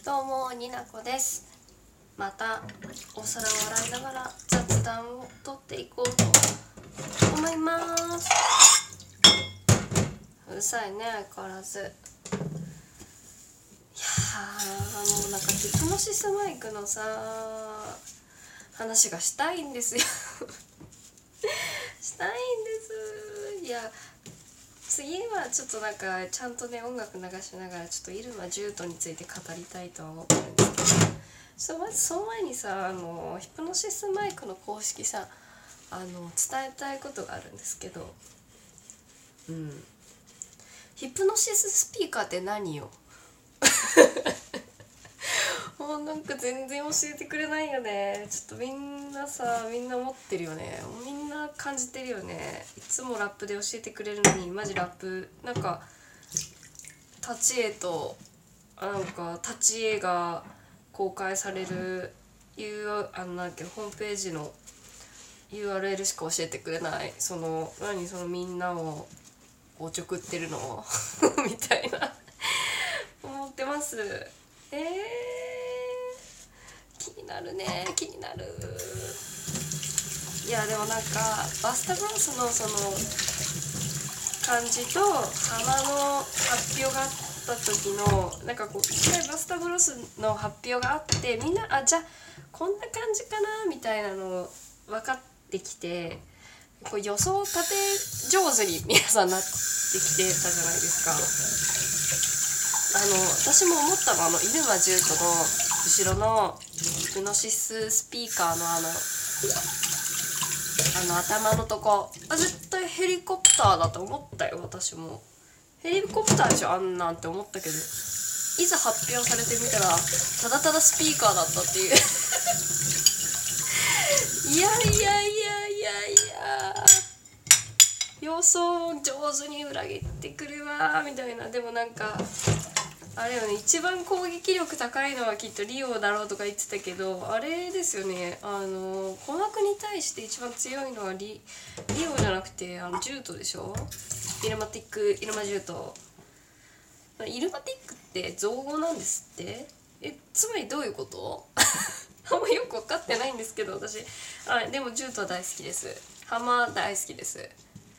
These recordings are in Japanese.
どうもになこです。またお皿を洗いながら雑談をとっていこうと思います。うるさいね、相変わらず。いやー、もうなんかヒプノシスマイクのさ話がしたいんですよしたいんです。いや、次はちょっとなんかちゃんとね音楽流しながらちょっとイルマジュートについて語りたいとは思ってるんですけど、まずその前にさ、ヒプノシスマイクの公式さ、伝えたいことがあるんですけど、ヒプノシススピーカーって何よもうなんか全然教えてくれないよね。ちょっとみんな持ってるよね。みんな感じてるよね。いつもラップで教えてくれるのにマジラップなんか立ち絵となんか立ち絵が公開されるなんかホームページの URL しか教えてくれない。そのみんなをおちょくってるのみたいな思ってます。気になるね、気になる。いやでもなんかバスタブロスのその感じと花の発表があった時のなんかこう一回バスタブロスの発表があってみんなじゃあこんな感じかなみたいなの分かってきて、こう予想立て上手に皆さんなってきてたじゃないですか。私も思ったの、イルマジュートの後ろのヒプノシススピーカーの頭のとこ、絶対ヘリコプターだと思ったよ。私もヘリコプターでしょあんなんって思ったけど、いざ発表されてみたらただただスピーカーだったっていういや予想を上手に裏切ってくるわみたいな。でもなんかあれよね、一番攻撃力高いのはきっとリオだろうとか言ってたけど、あれですよね、鼓膜に対して一番強いのはリオじゃなくてジュートでしょ。イルマジュート。イルマティックって造語なんですって。つまりどういうことあんまよく分かってないんですけど私。でもジュートは大好きです。ハマ大好きです。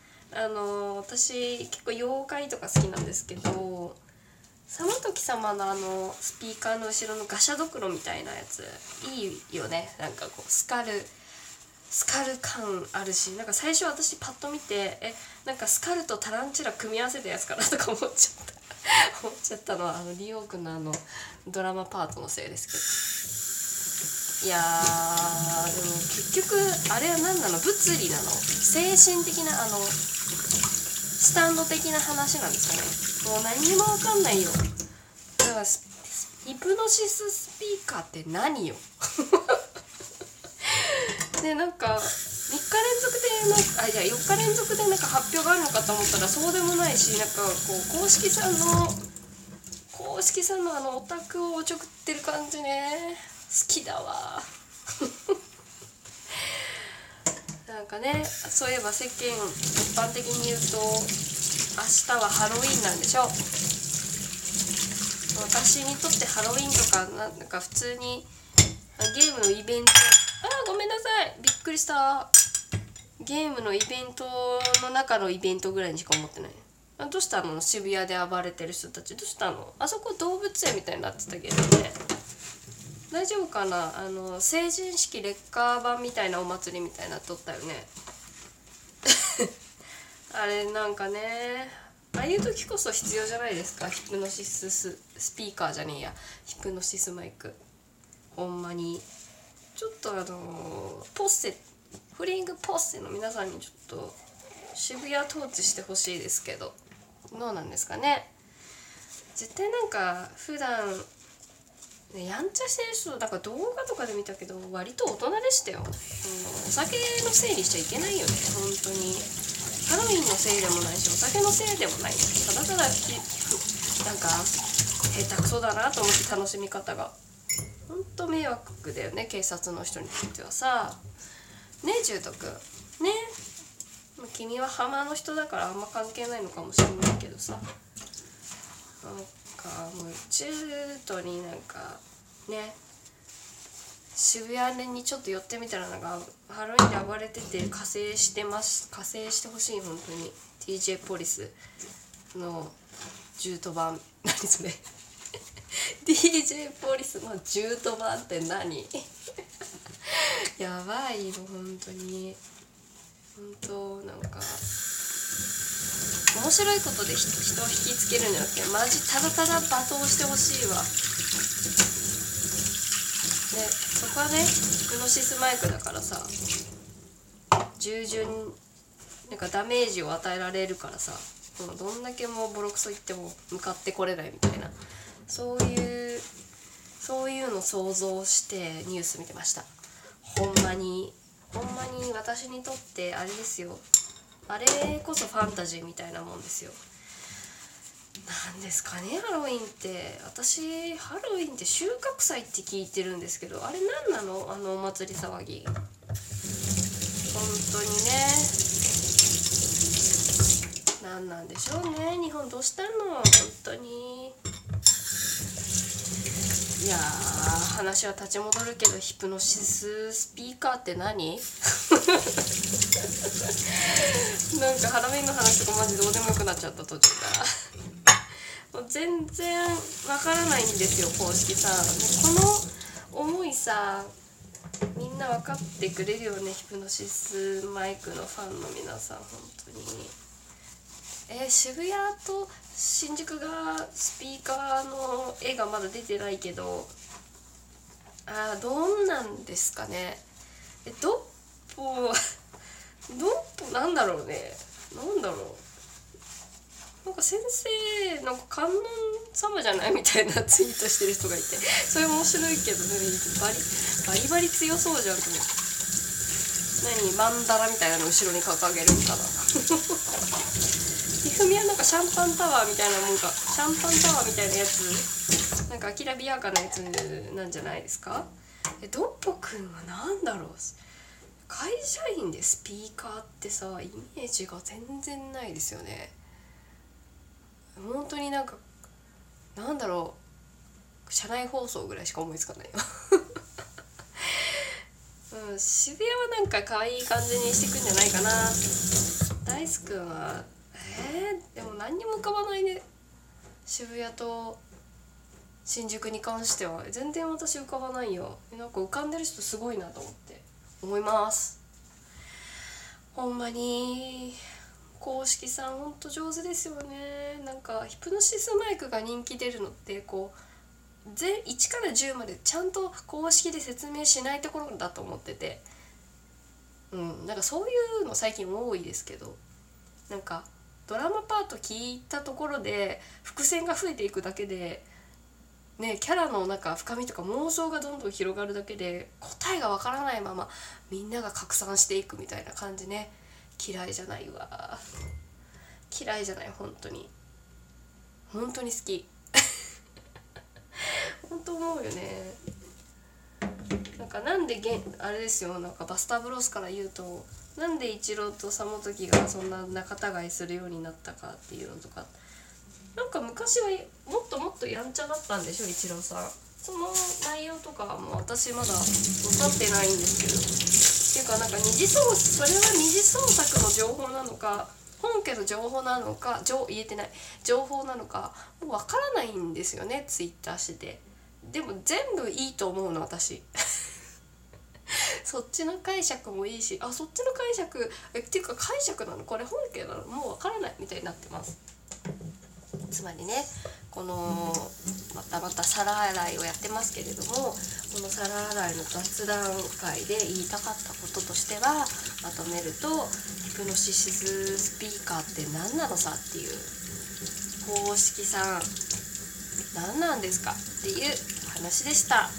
私結構妖怪とか好きなんですけど、サマトキ様のスピーカーの後ろのガシャドクロみたいなやついいよね。なんかこうスカル感あるし、なんか最初私パッと見てなんかスカルとタランチュラ組み合わせたやつかなとか思っちゃったのはリオくんのドラマパートのせいですけど。いやーでも結局あれは何なの、物理なの、精神的なスタンド的な話なんですかね。もう何にも分かんないよ。だからヒプノシススピーカーって何よでなんか3日連続で4日連続でなんか発表があるのかと思ったらそうでもないし、なんかこう公式さんのオタクをおちょくってる感じね、好きだわなんかね、そういえば世間一般的に言うと明日はハロウィンなんでしょ。私にとってハロウィンとかなんか普通にゲームのイベント、ごめんなさい、びっくりした。ゲームのイベントの中のイベントぐらいにしか思ってない。どうしたの、渋谷で暴れてる人たちどうしたの。あそこ動物園みたいになってたけどね、大丈夫かな。成人式劣化版みたいなお祭りみたいになっとったよねあれなんかね、ああいう時こそ必要じゃないですか、ヒプノシススピーカーじゃねえや、ヒプノシスマイク。ほんまにちょっとフリングポッセの皆さんにちょっと渋谷統治してほしいですけど、どうなんですかね。絶対なんか普段やんちゃしてる人だから動画とかで見たけど割と大人でしたよ。お酒のせいにしちゃいけないよね本当に。ハロウィンのせいでもないしお酒のせいでもない、ただただなんか下手くそだなと思って楽しみ方がほんと迷惑だよね、警察の人にとってはさ。ねえジュートくんね、君はハマの人だからあんま関係ないのかもしれないけどさ、 もう中途になんかね渋谷にちょっと寄ってみたらなんかハロウィンで暴れてて加勢してほしい。本当に TJ ポリスのジュート版何それDJ ポリスのジュート版って何やばいの本当に。本当なんか面白いことで人を引きつけるんじゃなくてマジただただ罵倒してほしいわ。でそこはねヒプノシスマイクだからさ従順なんかダメージを与えられるからさもうどんだけもうボロクソ言っても向かってこれないみたいなそういうの想像してニュース見てました。ほんまに私にとってあれですよ。あれこそファンタジーみたいなもんですよ。なんですかねハロウィンって。私ハロウィンって収穫祭って聞いてるんですけどあれ何なのあのお祭り騒ぎ。本当にね何なんでしょうね。日本どうしたの本当に。いやー話は立ち戻るけどヒプノシススピーカーって何なんかハロウィンの話とかマジどうでもよくなっちゃった途中からもう全然わからないんですよ公式さ。でこの思いさみんな分かってくれるよねヒプノシスマイクのファンの皆さん本当に。渋谷と新宿がスピーカーの絵がまだ出てないけどどんなんですかね。ドッポなんだろうね。なんだろうなんか先生なんか観音様じゃないみたいなツイートしてる人がいてそれ面白いけどねバリバリ強そうじゃんと思って。何マンダラみたいなの後ろに掲げるんかなひふみはなんかシャンパンタワーみたいなもんか。シャンパンタワーみたいなやつなんかきらびやかなやつなんじゃないですか。ドッポくんはなんだろう会社員でスピーカーってさイメージが全然ないですよね。本当になんかなんだろう車内放送ぐらいしか思いつかないよ渋谷はなんか可愛い感じにしてくんじゃないかな。ダイスくんはでも何にも浮かばないね。渋谷と新宿に関しては全然私浮かばないよ。なんか浮かんでる人すごいなと思います。ほんまに公式さんほんと上手ですよね。なんかヒプノシスマイクが人気出るのってこう1から10までちゃんと公式で説明しないところだと思っててなんかそういうの最近多いですけどなんかドラマパート聞いたところで伏線が増えていくだけでねキャラのなんか深みとか妄想がどんどん広がるだけで答えがわからないままみんなが拡散していくみたいな感じね。嫌いじゃないわ。嫌いじゃない本当に好き本当思うよね。なんであれですよなんかバスターブロスから言うとなんでイチローとサモトキがそんな仲違いするようになったかっていうのとかなんか昔はもっとやんちゃだったんでしょイチローさん。その内容とかも私まだ分かってないんですけどっていうかなんかそれは二次創作の情報なのか本家の情報なのか言えてない情報なのかもう分からないんですよねツイッターしてて。でも全部いいと思うの私そっちの解釈もいいしそっちの解釈っていうか解釈なのこれ本家なのもう分からないみたいになってます。つまりねこのまた皿洗いをやってますけれどもこの皿洗いの雑談会で言いたかったこととしてはまとめるとヒプノシススピーカーって何なのさっていう公式さん何なんですかっていう話でした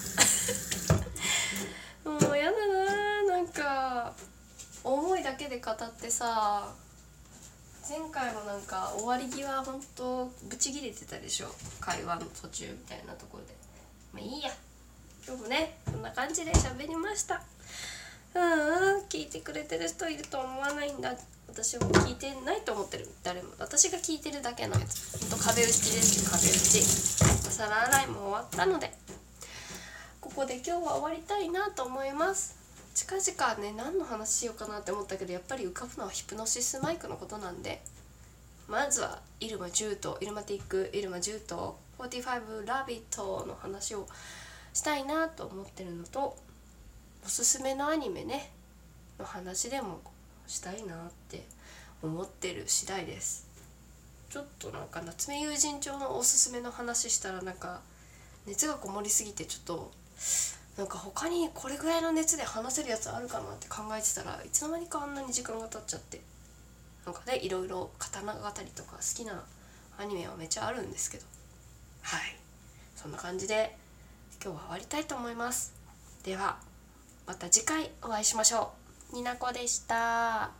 もうやだななんか思いだけで語ってさ前回もなんか終わり際ほんとブチギレてたでしょ会話の途中みたいなところで。まあいいや今日もねこんな感じで喋りました。聞いてくれてる人いると思わないんだ私は聞いてないと思ってる。誰も。私が聞いてるだけのやつ。ほんと壁打ちですよ、壁打ち。お皿洗いも終わったのでここで今日は終わりたいなと思います。近々ね、何の話しようかなって思ったけど、やっぱり浮かぶのはヒプノシスマイクのことなんで、まずはイルマ10とイルマティックイルマ10と45ラビットの話をしたいなと思ってるのと、おすすめのアニメねの話でもしたいなって思ってる次第です。ちょっとなんか夏目友人帳のおすすめの話したらなんか熱がこもりすぎて、ちょっとなんか他にこれぐらいの熱で話せるやつあるかなって考えてたらいつの間にかあんなに時間が経っちゃって、なんかねいろいろ刀語りとか好きなアニメはめっちゃあるんですけど、はい、そんな感じで今日は終わりたいと思います。ではまた次回お会いしましょう。になこでした。